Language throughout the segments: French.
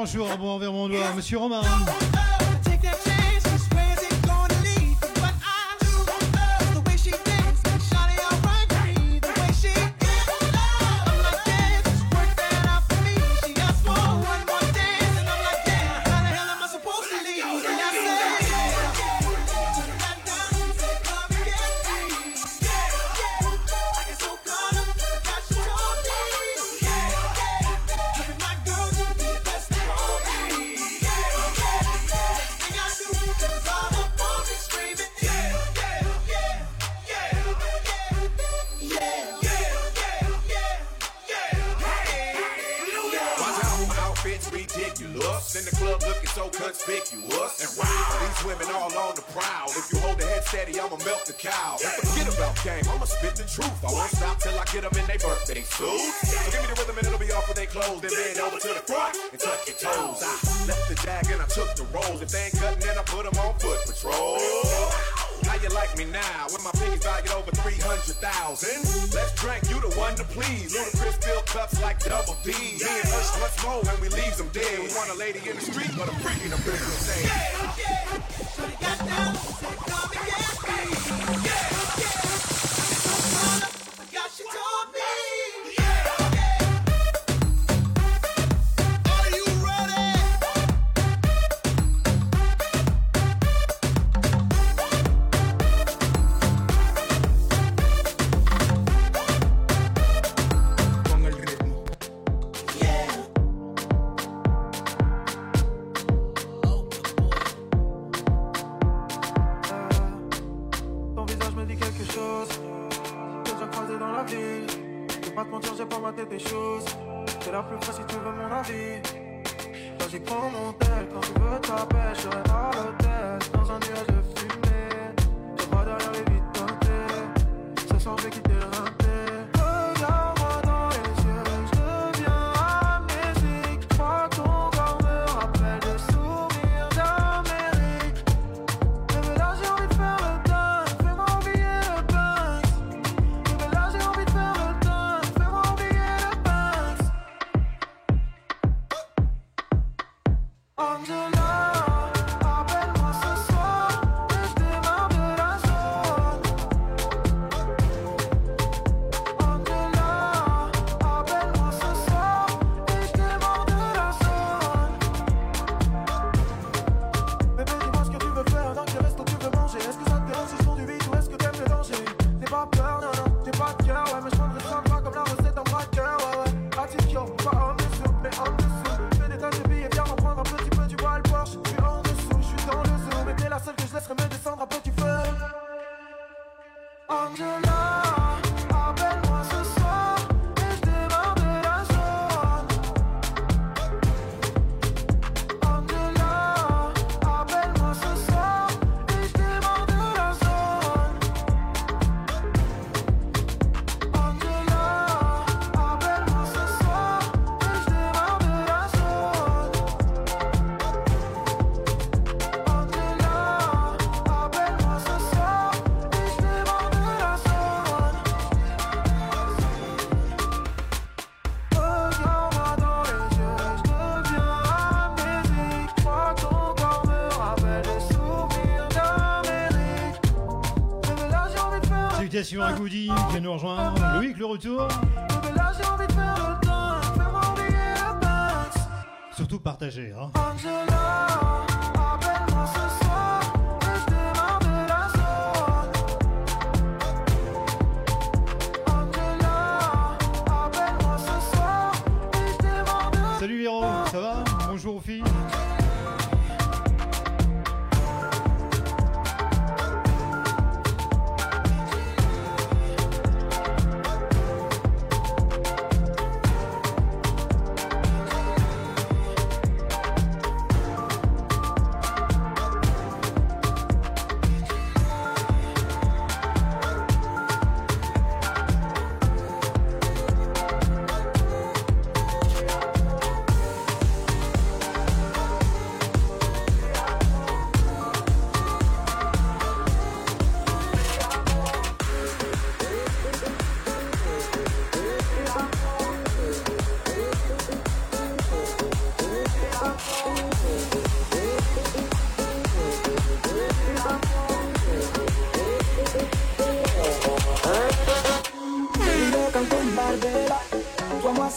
bonjour, un bon envers mon doigt, monsieur Romain. In the club looking so conspicuous. And wow, these women all on the prowl. If you hold the head steady, I'ma melt the cow. And forget about game, I'ma spit the truth. I won't stop till I get them in their birthday suits. So give me the rhythm and it'll be off with their clothes. Then bend over to the front and touch your toes. I left the jag and I took the rolls. If they ain't cutting, then I put them on foot patrol. How you like me now? When my piggy's valued over 300,000. Let's drink, you the one to please. Ludacris fill cups like double D. Me and us once more when we leave them dead. We want a lady in the street, but a freak in the business. Say, yeah. So you got down, said come and get me. Yeah. I got you told me. Des choses, c'est la plus vraie si tu veux mon avis. Vas-y prends mon tel, quand tu veux ta pêche, je serai à l'hôtel, dans un nuage de fumée. Te vois derrière les vitres teintées, ce soir je vais quitter le rinté. Regarde-moi dans les yeux, je deviens amnésique. Je crois que ton corps me rappelle des souvenirs d'Amérique. Mais là j'ai envie de faire le dingue, fais-moi oublier le pince. Mais là j'ai envie de faire le dingue, fais-moi oublier. Angela, appelle-moi ce soir et je démarre de la zone. Angela, appelle-moi ce soir et je démarre de la zone. Bébé, dis-moi ce que tu veux faire, dans quel resto tu veux manger. Est-ce que ça te dérange si je fais du vide ou est-ce que t'aimes le danger? N'aie pas peur, non, non, j'ai pas de cœur, ouais, mais je prendrai ça pas comme la recette en braqueur, ouais, ouais. Attitude, pas en dessous, mais en dessous. Fais des tas de billets, viens m'en prendre un petit peu, tu vois le Porsche. Je suis en dessous, je suis dans le zoo, mais t'es la seule que je laisserai me descendre à petit feu. Angela, appelle-moi ce soir et je démarre de la zone. Angela, appelle-moi ce soir et je démarre de la zone. Angela, appelle-moi ce soir et je démarre de la zone. Angela, appelle-moi ce soir et je démarre de la zone. Regarde-moi dans les yeux, je deviens amnésique. Je crois que ton corps me rappelle des souvenirs d'Amérique. Mais là j'ai envie de faire. Salutations à Goody qui vient nous rejoindre. Loïc, le retour. Mais là j'ai envie de faire le dingue, fais-moi oublier le pince. Surtout partagé, hein. Angela, appelle-moi ce soir et je démarre de la zone. Angela, appelle-moi ce soir et je démarre de la zone. Salut Véro, ça va? Bonjour aux filles.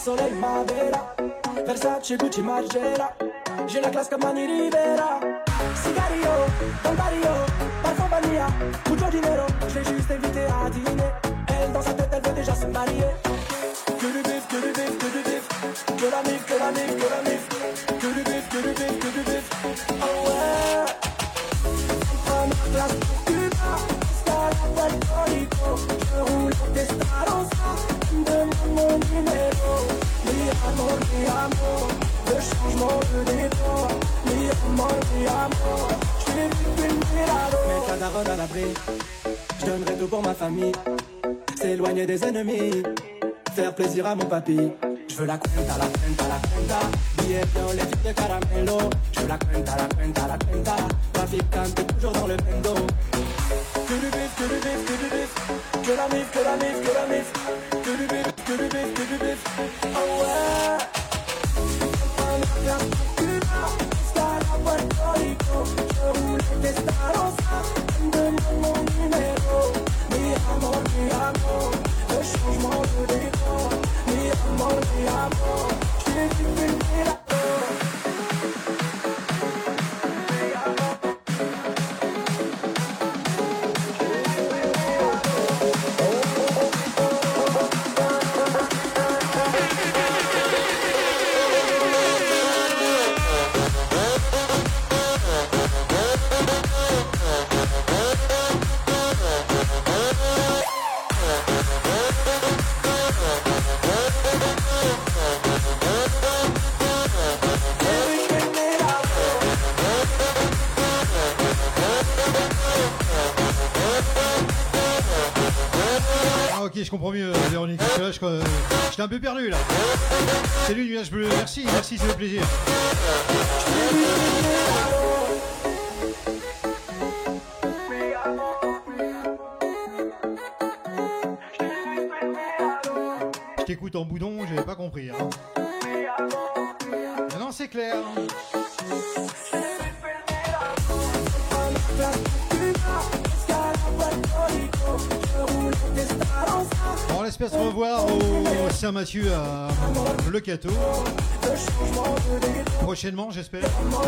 soleil, ma vera. Versace, Gucci, Margiela. J'ai la classe comme Mani Rivera. Cigarillo, Don Dario, parfum vanilla, mucho dinero. Je l'ai juste invité à dîner. Elle, dans sa tête, elle veut déjà se marier. Que du bif, que du bif, que du bif. Que la mif, que la mif, que la mif. Que du bif, que du bif, que du bif. Oh ouais. Prends ma place pour Cuba, Escala, Puerto Rico. Je roule au Testarossa, demande mon numéro. Mi amor, le changement de décor. Mi amor, je t'ai vu filmer la roue. Mets ta daronne à l'abri, je donnerai tout pour ma famille. S'éloigner des ennemis, faire plaisir à mon papy. Je veux la cuenta, la cuenta, la cuenta. Billets violets, de caramelo. Je veux la cuenta, la cuenta, la cuenta. Traficante, toujours dans le bendo. Que du bif, que du bif, que du bif. Que la mif, que la mif, que la mif. Que du bif, que du bif, que du bif. Oh ouais. Escala, Puerto Rico. Je roule au Testarossa. Demande mon numéro. Mi amor, le changement de décor. Mi amor, je t'ai vu filmer la Je comprends mieux, Véronique. Là, j'étais un peu perdu là. Salut Nuage Bleu, merci, merci, c'est le plaisir. Je t'écoute en boudon, j'avais pas compris. Hein. Non, c'est clair. On espère se revoir au Saint-Mathieu à Le Cateau. Prochainement, j'espère.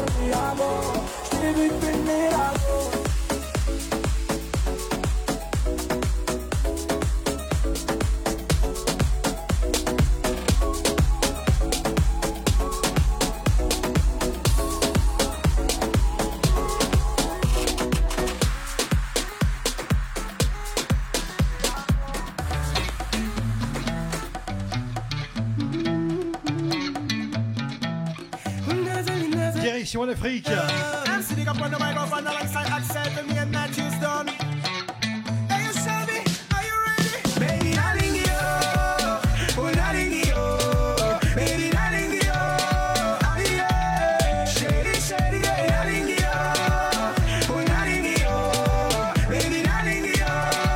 En Afrique. I'm sitting up on the microphone alongside Axel, me and Matthew's done. Hey, you show me, are you ready? Baby, darling, yo. Oh, darling, yo. Baby, darling, yo. Oh, yeah. Shady, shady, yeah, darling, yo. Oh, darling, yo. Baby, darling, yo.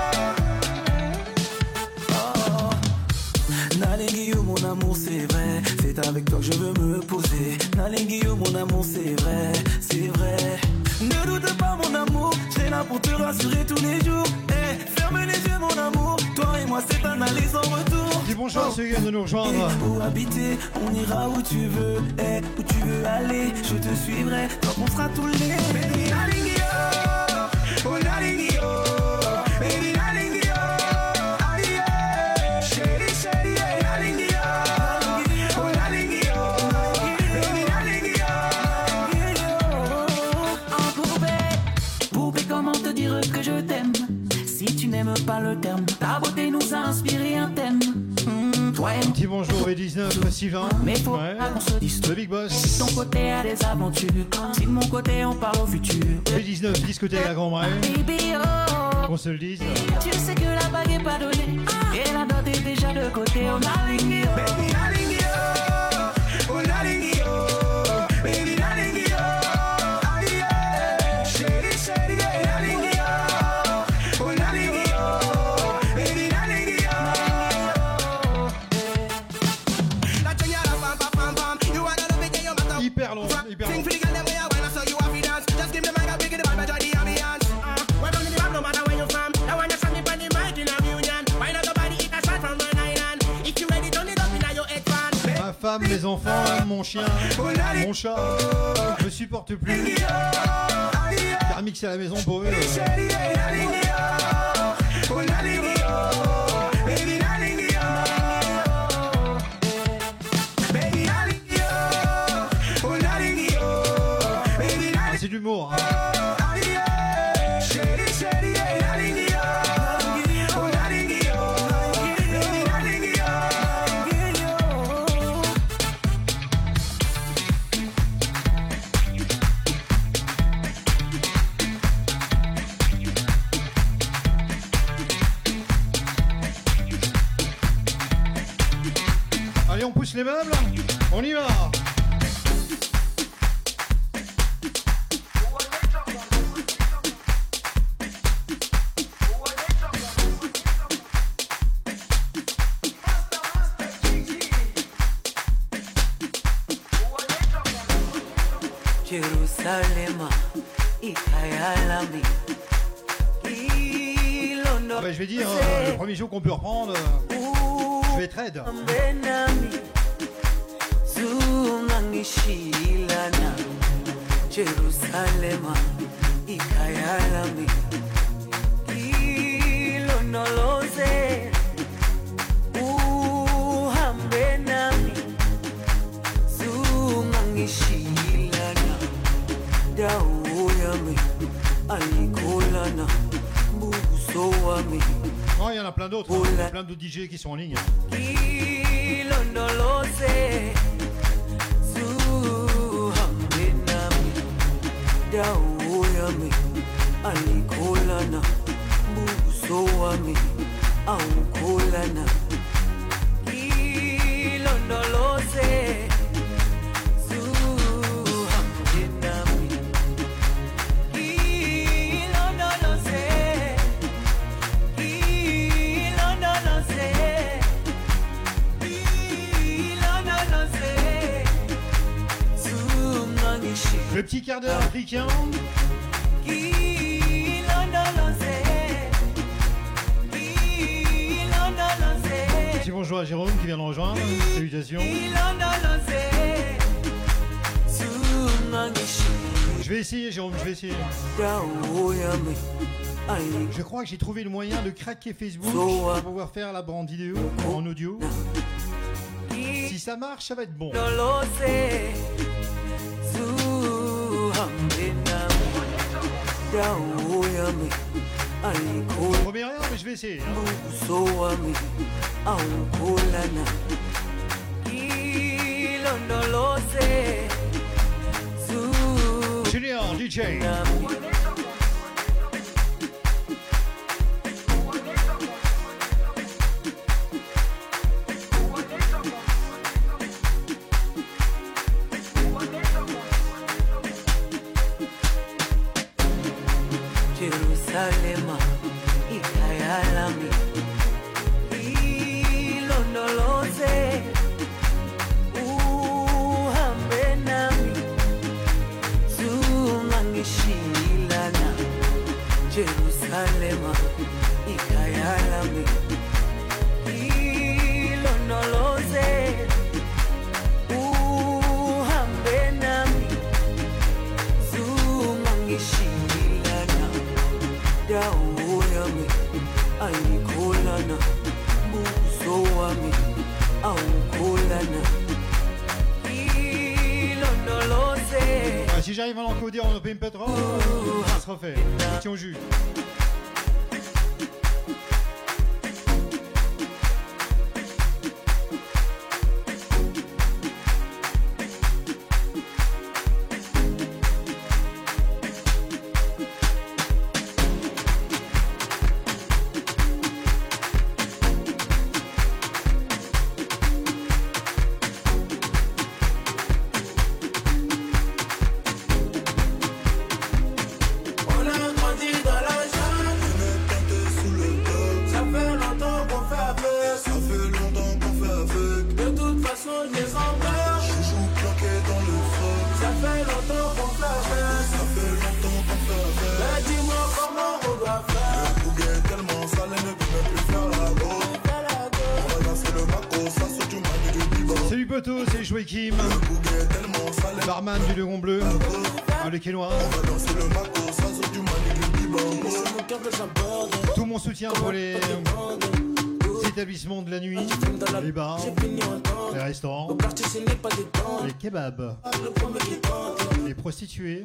Oh, darling, yo, mon amour, c'est vrai. C'est avec toi que je veux me poser. Nalinguio, mon amour, c'est vrai, c'est vrai. Ne doute pas, mon amour, j'ai là pour te rassurer tous les jours. Hey, ferme les yeux, mon amour, toi et moi, c'est un aller sans retour. Dis bonjour à ceux qui viennent de nous rejoindre. Pour habiter, on ira où tu veux, hey, où tu veux aller, je te suivrai, tant qu'on sera tous les. Baby, Nalinguio, oh, Nalinguio, baby, Nalinguio, oh, yeah. Shady, shady, yeah, Nalinguio. Que je t'aime, si tu n'aimes pas le terme, ta beauté nous a inspiré un thème. Toi et Petit bonjour V19, Sylvain. Mais faut ouais. pas qu'on se dise. Le Big Boss. Ton côté a des aventures, si de mon côté on parle au futur. V19, discothèque à Grand Marais. Baby, oh, qu'on se le dise. Tu sais que la bague est pas donnée, et la dot est déjà de côté. On a ligné, baby, Nalinguio, oh, Nalinguio, baby, Nalinguio. Hyper long, hyper long. If you ready, turn it up in your head fan. femme, mes enfants, mon chien, mon chat, je me supporte plus. Car mixer à la maison pour eux. C'est de l'humour. Hein. Allez, on pousse les meubles, on y va. Jerusalem, Ikayalami. Ah bah, je vais dire, le premier jour qu'on peut reprendre, je vais être raide. Jerusalem, Ikayalami. Ilonoloze, uhambe nami, zungangishilana, dawo yami, alikolana, buso wami. Oh, il y en a plein d'autres, hein. Il y a plein d'autres DJ qui sont en ligne. Ilonoloze, zuhambe nami, dawo yami, alikolana, buso wami, awukolana. Ilondoloze, zuhambe nami. Ilondoloze, ilondoloze, ilondoloze, zungangishi. Le petit quart d'heure africain. Petit bonjour à Jérôme qui vient de rejoindre. Salutations. Je vais essayer, Jérôme, je vais essayer. Je crois que j'ai trouvé le moyen de craquer Facebook pour pouvoir faire la bande vidéo en audio. Si ça marche, ça va être bon. Je promets rien, mais je vais essayer. Julien, DJ. Jerusalem, Ikayalami, Ilondoloze, uhambe nami, zungangishilana. Jerusalem, Ikayalami, Ilondoloze, uhambe nami, zungangishilana. Dawo yami, alikolana, buso wami, awukolana. Ilondoloze. Si j'arrive à l'encoder en open pétrole, ça sera fait. Tiens au jus. On a grandi dans la jungle. poteau, c'est Joachim, barman du Dragon Bleu, le quai noir. Tout mon soutien pour les établissements de la nuit, les bars, les restaurants, les kebabs, les prostituées,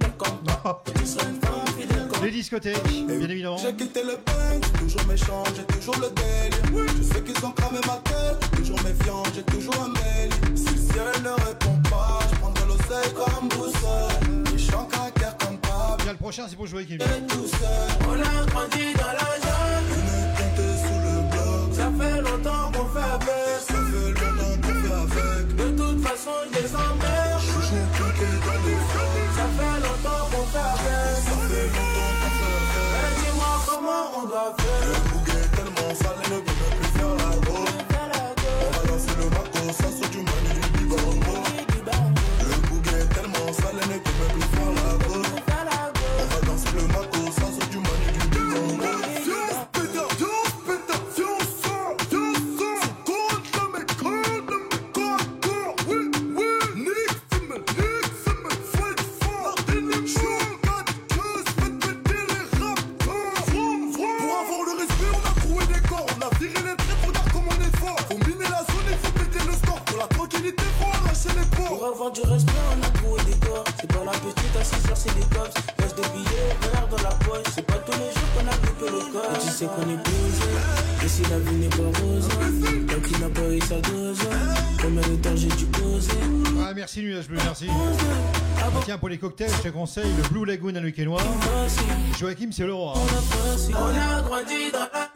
les discothèques, bien évidemment. J'ai quitté le punk, toujours méchant, j'ai toujours le délire. Je sais qu'ils ont cramé ma tête, toujours méfiant, j'ai toujours un mail. Si le ciel ne répond pas, je prendrai l'oseille comme boussole. Je suis en caractère comme pas. Bien, le prochain, c'est pour jouer qui On a grandi dans la jungle, une teintée sous le bloc. Ça fait longtemps qu'on fait avec, ça fait longtemps qu'on fait avec. De toute façon, je les emmerde. Je joue piqué dans les feux. Ça fait longtemps qu'on fait avec, ça fait longtemps qu'on fait avec. Mais dis-moi comment on doit faire. Le bouquet est tellement sale, ne peut même plus faire la go. On va danser le maco, ça saute du mani du bibongo. Le bouquet est tellement sale, ne peut même plus faire la go. On va danser le maco, ça saute du mani du bibongo. Pour avoir du respect, on a trouvé des corps. C'est pas la petite assise sur ses cops. Laisse des billets, verre dans la poche. C'est pas tous les jours qu'on a coupé le corps. Et tu sais qu'on est posé. Et si la vie n'est pas rose, tant qu'il n'a pas eu sa dose, combien de temps j'ai dû poser. Ah, merci Nuage Bleu, merci. Tiens, pour les cocktails, je te conseille le Blue Lagoon à le quai noir. Joachim, c'est le roi. On a grandi dans la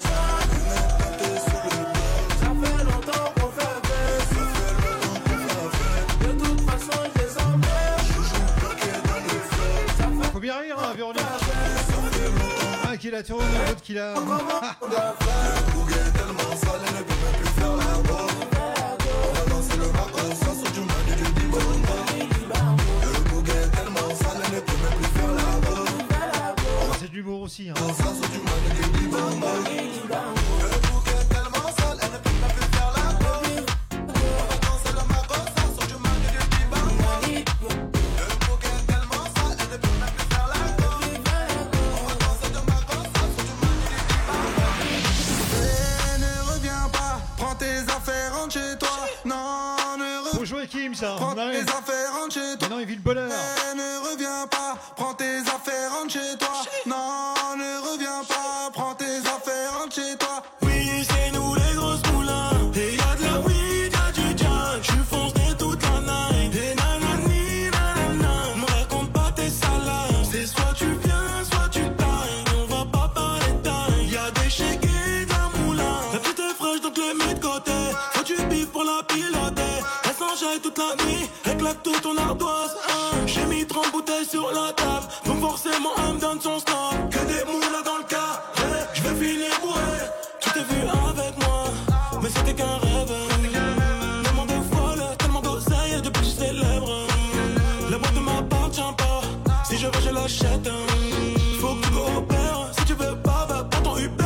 faut bien rire, hein, Véronique. Un qui la tourne, l'autre qui la... Le bouquet est tellement sale, ne peut même plus faire la go. On va danser le maco, ça saute du mani du bibongo. Le bouquet est tellement sale, ne peut même plus faire la go. C'est de l'humour aussi, hein. Ça saute du mani du bibongo. Le bouquet est tellement sale, elle ne peut même plus faire la go. On va danser le maco, ça saute du mani du bibongo. Le bouquet est tellement sale, elle ne peut même plus faire la go. On va danser le maco, ça saute du mani du bibongo. Ne reviens pas, prends tes affaires, rentre chez toi. Non, ne Faut jouer Kim, ça. prends Ouais. tes affaires, rentre chez toi. Maintenant, il vit le bonheur. Ne reviens pas, prends tes affaires, rentre chez toi. Non, ne reviens pas, prends tes affaires, rentre chez toi. Oui, c'est nous les grosses moulins. Et y'a de la weed, y'a du jack. J'suis foncé toute la night. Et nanani, nanana. Me raconte pas tes salades. C'est soit tu viens, soit tu tailles. On va pas parler de taille. Y'a des chèques et d'un moulin. La petite est fraîche donc le mets de côté. Faut du bif pour la piloter. Elle s'enjaille toute la nuit. Éclate toute ton ardoise. J'ai mis 30 bouteilles sur la table. Donc forcément elle me donne son snap. Que des moulins dans le cas. Je vais finir bourré. Tu t'es vu avec moi, mais c'était qu'un rêve. Tellement de folle, tellement d'oseille. Depuis que je suis célèbre. La boîte ne m'appartient pas. Si je veux je l'achète. Faut que tu coopères. Si tu veux pas, va pas ton Uber.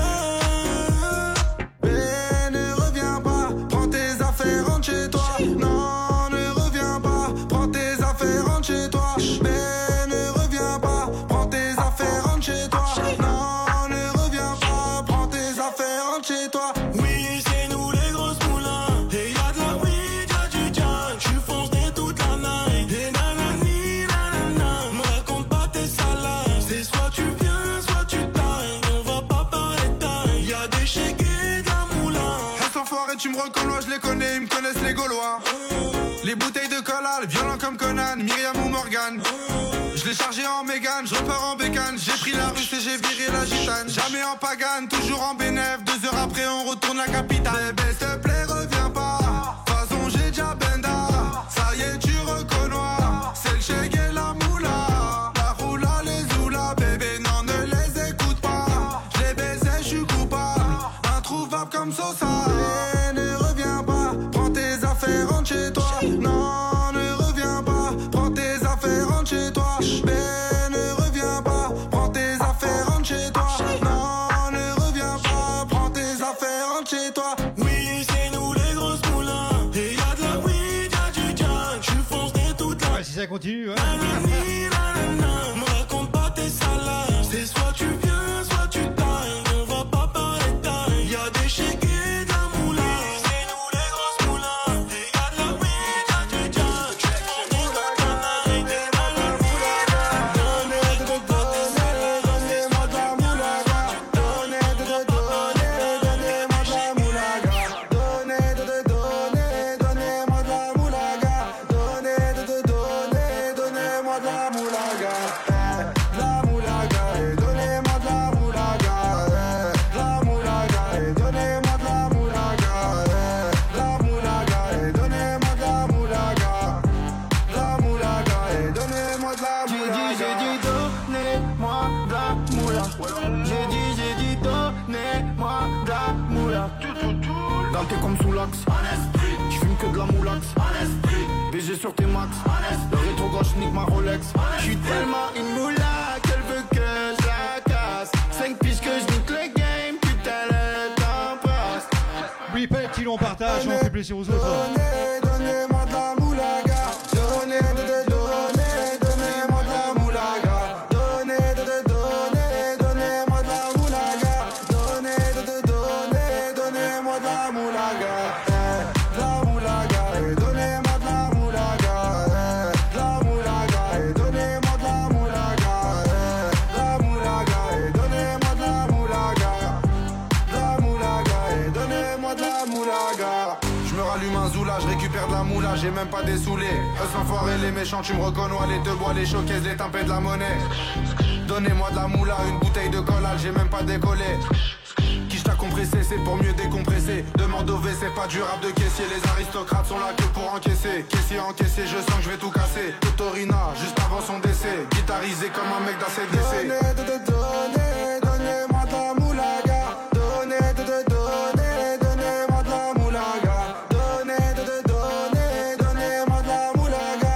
Mais ne reviens pas, prends tes affaires, rentre chez toi. Non, ne reviens pas, prends tes affaires, rentre chez toi. Mais ne reviens pas, prends tes affaires, rentre chez toi. Non, ne reviens pas, prends tes affaires, rentre chez toi. Oui, c'est nous les grosses moulins. Et y'a de la weed, y'a du jack. J'suis foncé toute la night. Et nanani, nanana. Me raconte pas tes salades. C'est soit tu viens, soit tu tailles. On va pas parler de taille. Y'a des chèques et d'un moulin. Reste enfoiré, tu me reconnais, je les connais, ils me connaissent les Gaulois. Les bouteilles de cola, violents comme Conan, Myriam ou Morgan. Je l'ai chargé en Mégane, je repars en bécane. J'ai pris la russe et j'ai viré la gitane. Jamais en pagane, toujours en bénéf. 2 heures après, on retourne la capitale. Bébé, s'il te plaît, reviens pas. De toute façon, j'ai déjà benda. Ça y est, tu reconnais. C'est le chèque et la moula. La roula, les oula. Bébé, non, ne les écoute pas. Je les baisais, je suis coupable. Introuvable comme Sosa. Et ne reviens pas, prends tes affaires, rentre chez toi. Non, ne reviens pas, prends tes affaires, rentre chez toi. Mais ne reviens pas, prends tes affaires, rentre chez toi. Non, ne reviens pas, prends tes affaires, rentre chez toi. continue. Ouais. Me raconte pas tes salades. C'est soit tu viens, soit tu tailles. On va pas parler de taille. Y'a des chéquiers, de la moula. C'est nous les grosses moulas. Y'a de la weed, y'a du jack. On est dans la night, t'es dans la moula. Donnez-moi de la moulaga. Donnez-moi de la moulaga. Donnez-moi de la moulaga. Donnez-moi de la moulaga. La moulaga, et donnez-moi de la moulaga. La moulaga, et donnez-moi de la moulaga. La moulaga, et donnez-moi de la moulaga. La moulaga, et donnez-moi de la moulaga. J'ai dit donnez-moi de la moula. J'ai dit donnez-moi de la moula. Dans t'es comme sous l'axe. J'fume que de la moulax. BG sur tes max. Le rétro gauche nique ma Rolex. J'suis tellement une moula qu'elle veut que je la casse. 5 piges que je nique le game. Putain le temps passe. Repeat, si l'on partage, on fait plaisir aux autres. Donnez-moi de la moulaga. Donnez-moi de la moulaga. Donnez-moi de la moulaga. Donnez-moi de la moulaga. La moulaga, et donnez-moi de la moulaga. La moulaga, et donnez-moi de la moulaga. La moulaga, et donnez-moi de la moulaga. La moulaga, et donnez-moi de la moulaga. Je me rallume un zoula, je récupère de la moula, j'ai même pas dessoulé. Eux sans foirer les méchants, tu me reconnais, les deux bois, les showcases, les tempêtes de la monnaie. Donnez-moi de la moula, une bouteille de collal, j'ai même pas décollé. Qui t'a compressé, c'est pour mieux décompresser. Demande au V, c'est pas du rap de caissier. Les aristocrates sont là que pour encaisser. Caissier encaissé, je sens que je vais tout casser. Totorina, juste avant son décès. Guitarisé comme un mec d'ACDC. Donnez-moi de la moulaga. Donnez-moi de la moulaga. Donnez-moi de la moulaga.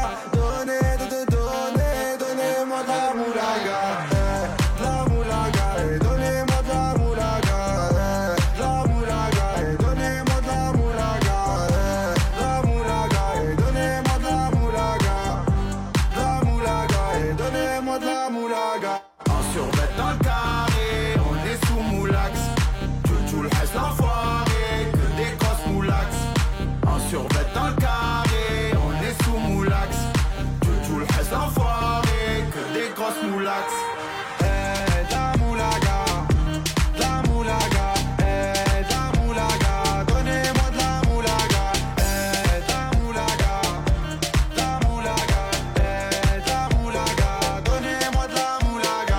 Donnez-moi de la moulaga. La moulaga, et donnez-moi de la moulaga. La moulaga, et donnez-moi de la moulaga. La moulaga, et donnez-moi de la moulaga. La moulaga, et donnez-moi de la moulaga. En survêt dans le carré, on est sous moulax. Tout le reste l'enfoiré, que des grosses moulax. En survêt dans le carré, on est sous moulax. Tout le reste l'enfoiré, que des grosses moulax. La moulaga, la moulaga, la moulaga, donnez-moi de la moulaga. La moulaga, la moulaga, la moulaga, donnez-moi de la moulaga.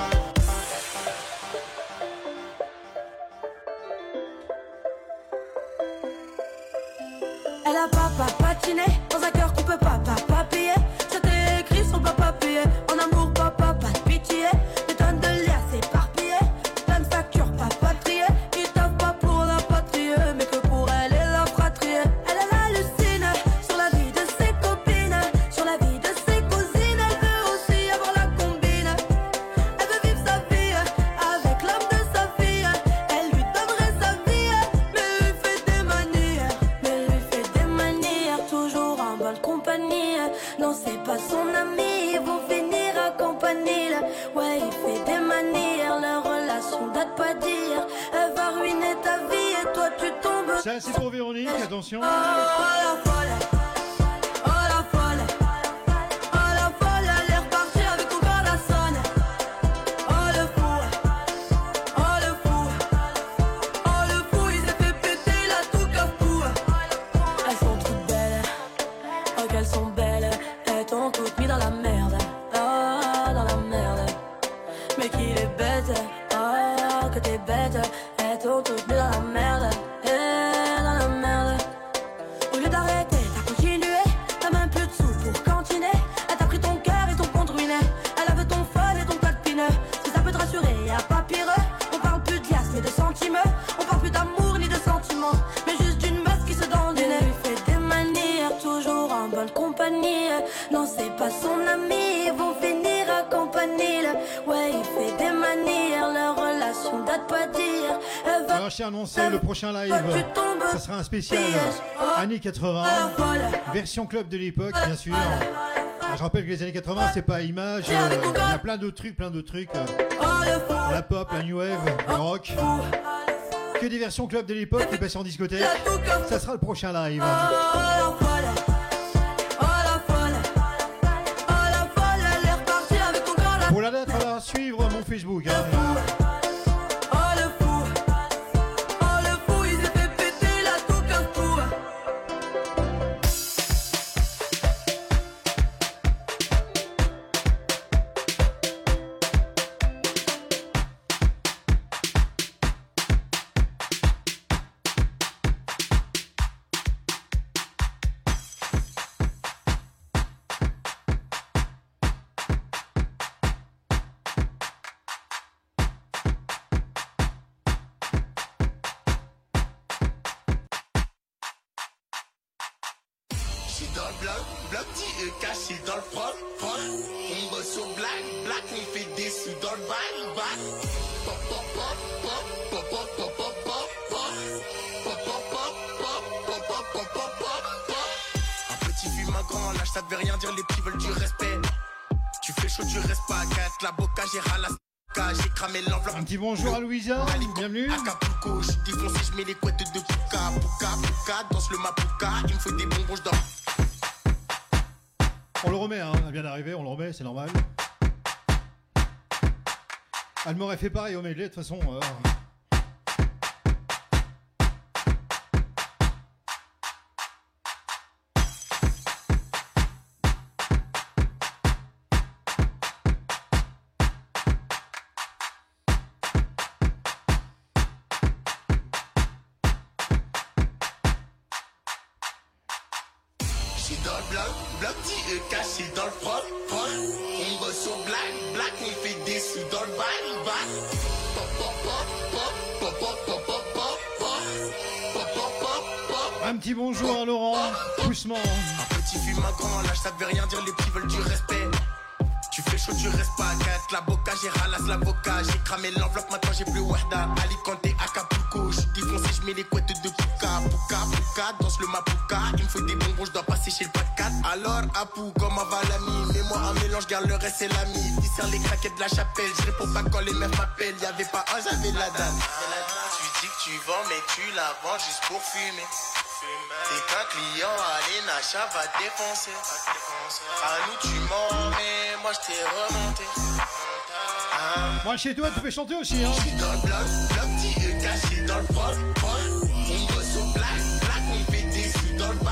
Elle a papa patiné dans un cœur qu'on peut pas payer. C'était écrit sur papa payé. En amour papa pas de pitié. Des tonnes de liasses éparpillées. Plein de factures pas patriées. Qui taffent pas pour la patrie, mais que pour elle et la fratrie. Elle hallucine sur la vie de ses copines, sur la vie de ses cousines. Elle veut aussi avoir la combine. Elle veut vivre sa vie avec l'homme de sa fille. Elle lui donnerait sa vie, mais lui fait des manières. Toujours en bonne compagnie. Non, c'est pas son ami, ils vont finir à compagnie. Ouais, il fait des manières, leur relation date pas dire. Elle va ruiner ta vie et toi tu tombes. Ça, c'est pour Véronique, attention. Oh la folle, oh la folle, oh la folle, elle est repartie avec ton corps la sonne. Oh le fou, oh le fou, oh le fou, il s'est fait péter la tout cafou. Elles sont toutes belles, oh qu'elles sont belles. Elles t'ont toutes mis dans la merde, oh dans la merde. Mais qu'il est bête, oh que t'es bête. Elles t'ont toutes mis dans la merde, dans la merde. Au lieu d'arrêter, t'as continué. T'as même plus de sous pour cantiner. Elle t'a pris ton cœur et ton compte ruiné. Elle a veut ton fun et ton tas de pineux. Si ça peut te rassurer, y'a pas pire. On parle plus de liasses mais de sentiments. On parle plus d'amour ni de sentiments, mais juste d'une meuf qui se dandine. Elle lui fait des manières, toujours en bonne compagnie. Non, c'est pas son ami, ils vont finir à compagnie. Ouais, il fait des manières, leur relation date pas dire. Alors, j'ai annoncé le prochain live. Ça sera un spécial années 80, version club de l'époque, bien sûr. Je rappelle que les années 80, c'est pas Image. Il y a plein d'autres trucs. La pop, la new wave, le rock. Que des versions club de l'époque qui passaient en discothèque. Ça sera le prochain live. Pour la date, on va suivre mon Facebook. Un petit bonjour à Louisa, bienvenue. Acapulco, je suis défoncé, je mets les couettes de Pouka, Pouka, danse le Mapuka, il me faut des bonbons, je dors. On le remet, hein, elle vient d'arriver, on le remet, c'est normal. Elle m'aurait fait pareil au medley, de toute façon. Un petit bonjour à Laurent, poussement. Un petit fume un grand, lâche ça veut rien dire, les petits veulent du respect. Tu fais chaud, tu restes pas, gâte la boca, j'ai ralasse l'avocat, j'ai cramé l'enveloppe, maintenant j'ai plus Wahda. Alicante, Acapulco, je suis défoncé, je mets les couettes de Pouka, Pouka, danse le Mapuka, il me faut des bonbons, je dois passer chez le pack 4. Alors, Apou, comment va l'ami? Mets-moi un mélange, garde le reste, c'est l'ami. Dissert les craquettes de la chapelle, je réponds pas quand les meufs m'appellent, y'avait pas un, j'avais la dame. Tu dis que tu vends, mais tu la vends juste pour fumer. C'est qu'un client, allez, Nacha va défoncer. À nous, tu mens, mais moi, je t'ai remonté. Moi, chez toi, tu fais chanter aussi, hein. Je suis dans le bloc, petit est caché dans le front. On bosse au black, on fait des sous dans le bail.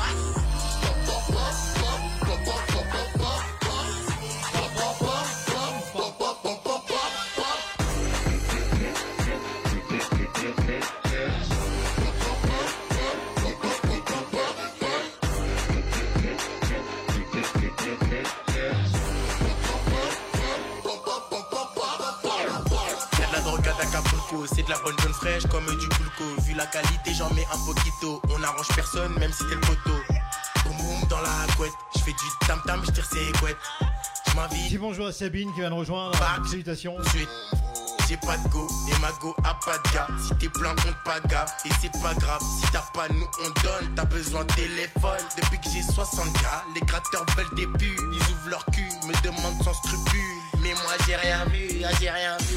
C'est de la bonne jaune fraîche comme du pulco. Vu la qualité, j'en mets un poquito. On n'arrange personne, même si t'es le poteau. Boum boum dans la couette. Je fais du tam tam, je tire ses couettes. Je m'invite. Petit bonjour à Sabine qui vient de rejoindre. Salutations. J'ai pas de go, et ma go a pas de gars. Si t'es plein, on te paga. Et c'est pas grave, si t'as pas, nous on donne. T'as besoin de téléphone. Depuis que j'ai 60K, les gratteurs veulent des pubs. Ils ouvrent leur cul, me demandent sans scrupule. Mais moi j'ai rien vu, j'ai rien vu.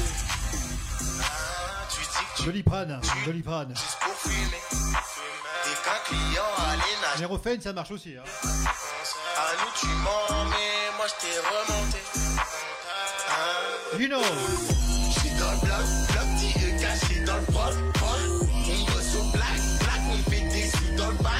Doliprane. Juste pour fumer. T'es qu'un client, allez, nage. Nérofène, ça marche aussi, hein. À nous, tu mens, mais moi, je t'ai remonté. You know. Je suis dans le bloc, petit est caché dans le front. On bosse au black, on fait des sous dans le bail.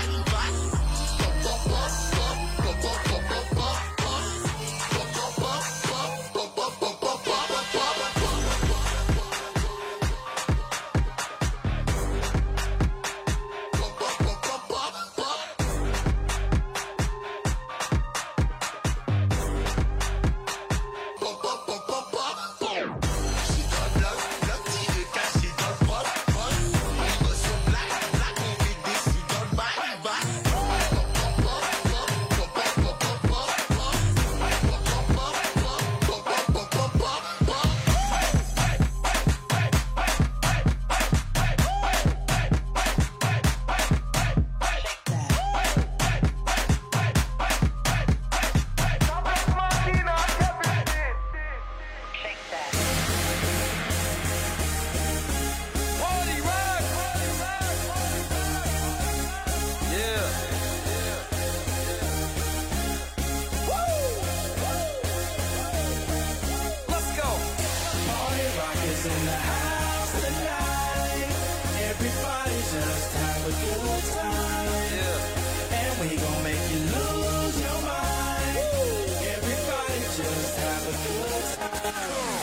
tonight. Everybody just have a good time. And we gon' make you lose your mind. Everybody just have a good time.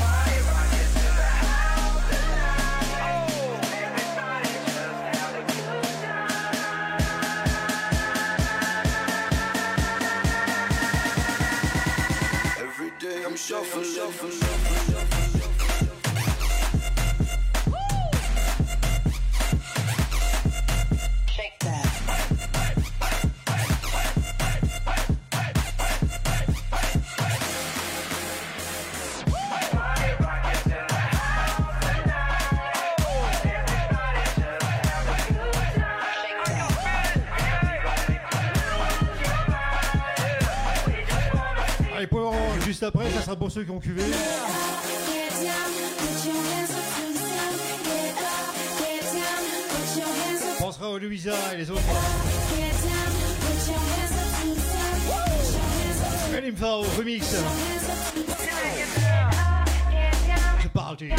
I'm shuffling. Shake that. Allez, pour juste après, ça sera pour ceux qui ont cuvé. On pensera aux Louisa et les autres. Elimfa au remix. C'est parti.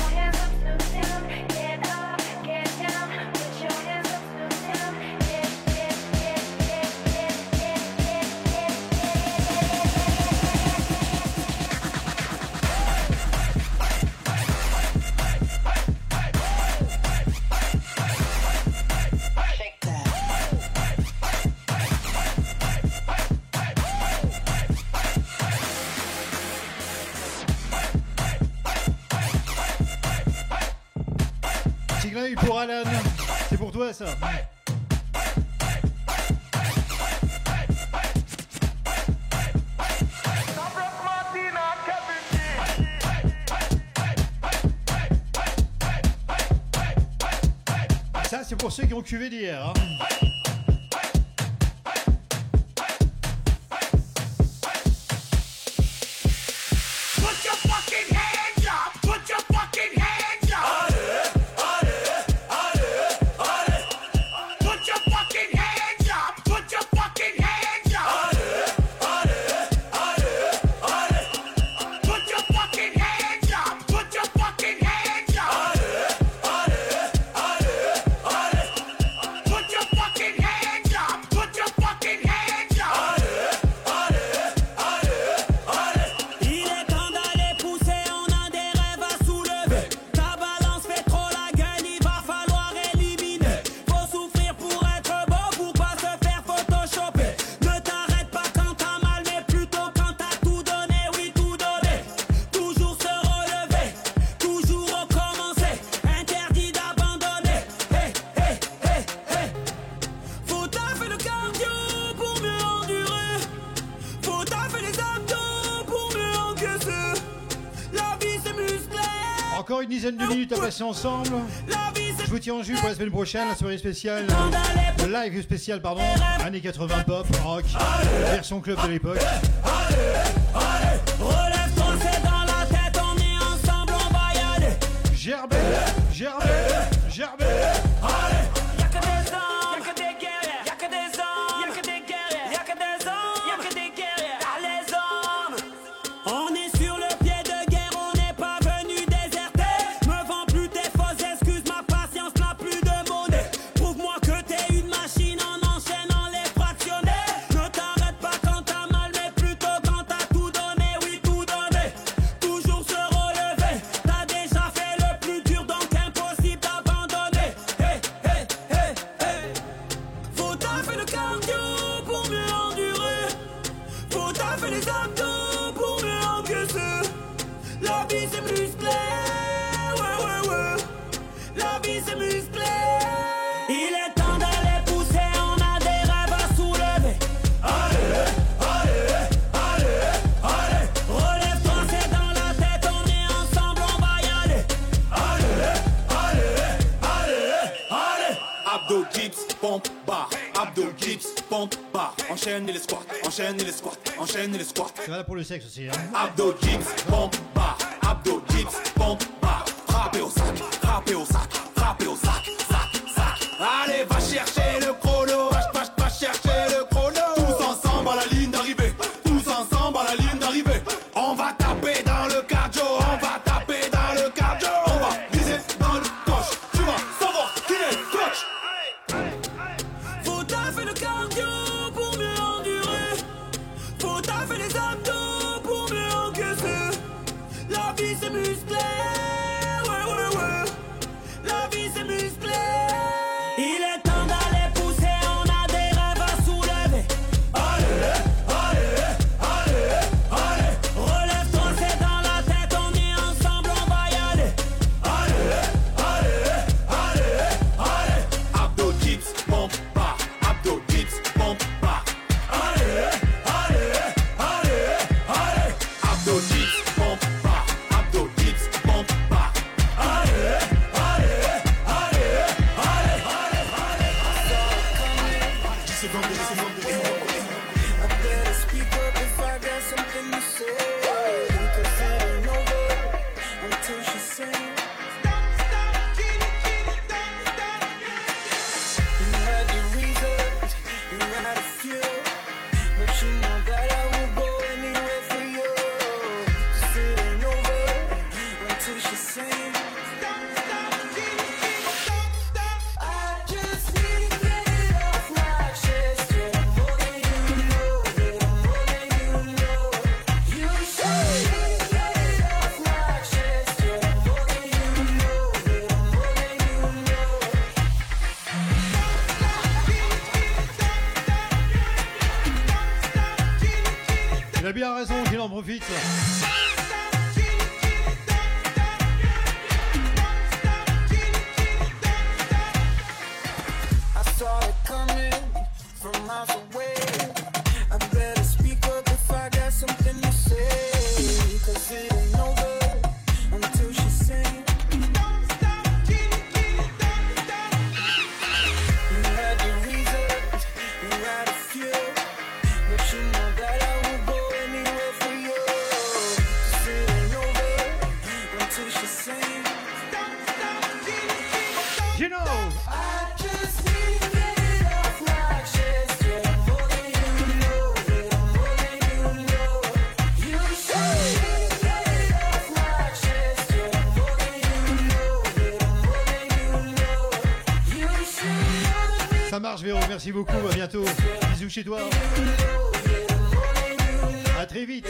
Pour Alan, c'est pour toi ça. Ça c'est pour ceux qui ont cuvé d'hier. Hein. Encore une dizaine de minutes à passer ensemble. Je vous tiens en jus pour la semaine prochaine, la soirée spéciale, le live spécial, pardon, années 80 pop, rock, version club de l'époque. Relève-toi, c'est dans la tête, on est ensemble, on va y aller. Gerbet. Y'a que des hommes, y'a que des guerriers, y'a que des hommes, y'a que des guerriers, y'a que des hommes, y'a que des guerriers. Ah les hommes, on est sur le pied de guerre, on n'est pas venu déserter. Me vends plus tes fausses excuses, ma patience n'a plus de monnaie. Prouve-moi que t'es une machine en enchaînant les fractionnés. Ne t'arrête pas quand t'as mal, mais plutôt quand t'as tout donné, oui tout donné. Toujours se relever, t'as déjà fait le plus dur, donc impossible d'abandonner. Hey, hey, hey, hey. Faut taffer le cardio pour mieux endurer. Faut taffer les abdos pour mieux encaisser. La vie c'est musclé, ouais. La vie c'est musclé. Il est temps d'aller pousser, on a des rêves à soulever. Allez. Relève-toi, c'est dans la tête, on est ensemble, on va y aller. Allez. Abdo dips, pompe, bar. Abdo dips, pompe, bar. Enchaîne les squats. C'est valable pour le sexe aussi. Hein. Abdo dips, pompe, bar. Abdo dips, pompe, bar. Frappez au sac. Allez, va chercher le chrono. Va chercher le chrono. Tous ensemble à la ligne d'arrivée. On va taper dans le cardio. On va viser dans le on profite. I saw it coming from miles away. I better speak up if I got something to say. 'Cause it ain't over until she sings. You had your reasons, you had a few, but you know that I will go anywhere for you. 'Cause it ain't over until she sings. You know. I just need to get it off my chest. Yeah, I'm more than you know. Yeah, I'm more than you know. You should get it off my chest. Yeah, I'm more than you know. Yeah, I'm more than you know. You should. Ça marche Véro, merci beaucoup, à bientôt. Bisous chez toi. À très vite.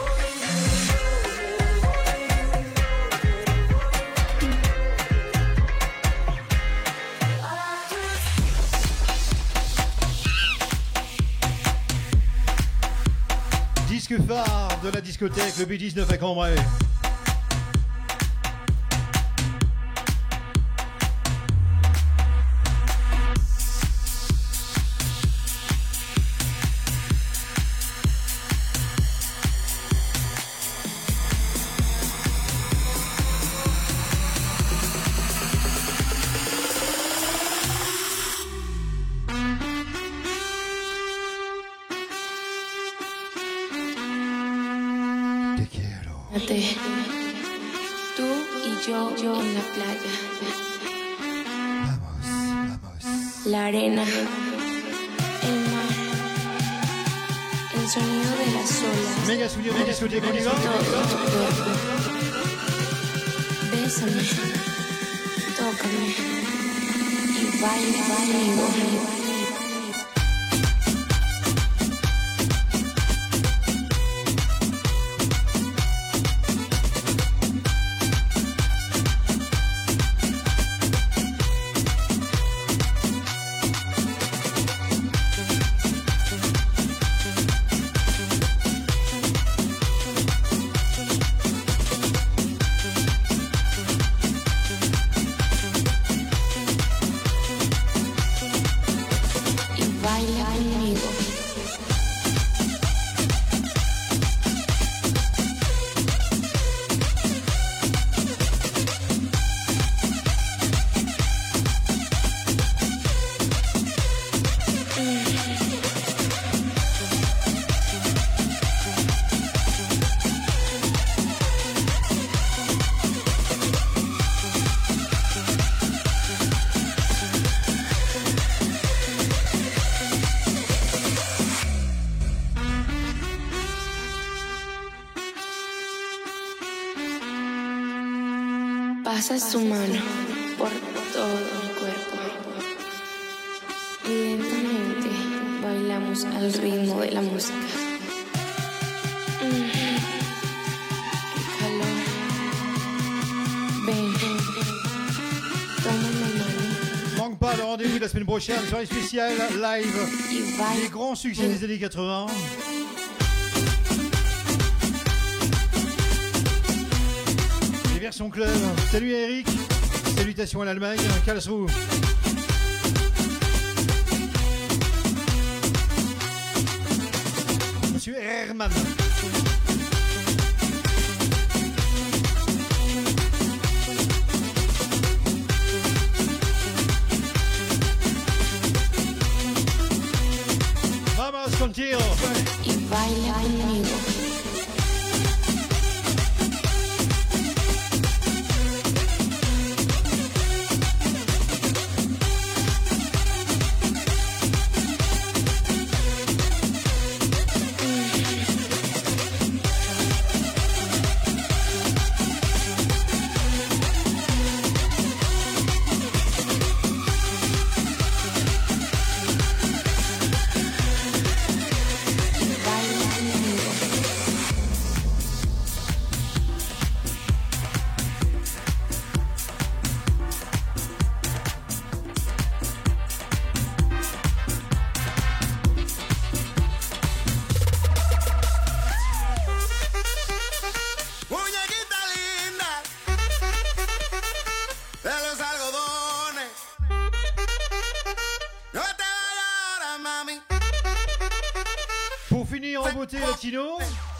Disque phare de la discothèque, le B19 à Cambrai. Tú y yo en la playa. Vamos, vamos. La arena, el mar, el sonido de las olas. Méga souvenir de discothèque, on y va. Todo tu cuerpo. Bésame, tócame y baila conmigo. Pasa su mano por todo el cuerpo y lentamente bailamos al ritmo de la música. Qué calor. Ven, toma mi mano. Manque pas le rendez-vous de la semaine prochaine, soirée spéciale, live, les grands succès des années 80. Version club. Salut Eric. Salutations à l'Allemagne. Karlsruhe. Monsieur Hermann. Vamos contigo. Y baila conmigo. côté latino.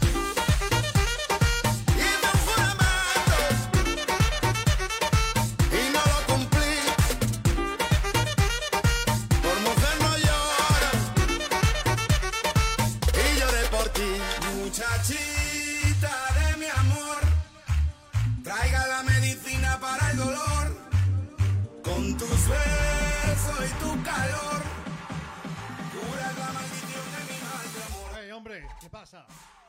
Muchachita de mi amor, traiga la medicina para el dolor. Con tus besos y tu calor, cura la maldición de mi mal de amor. Hey, hombre, ¿qué pasa?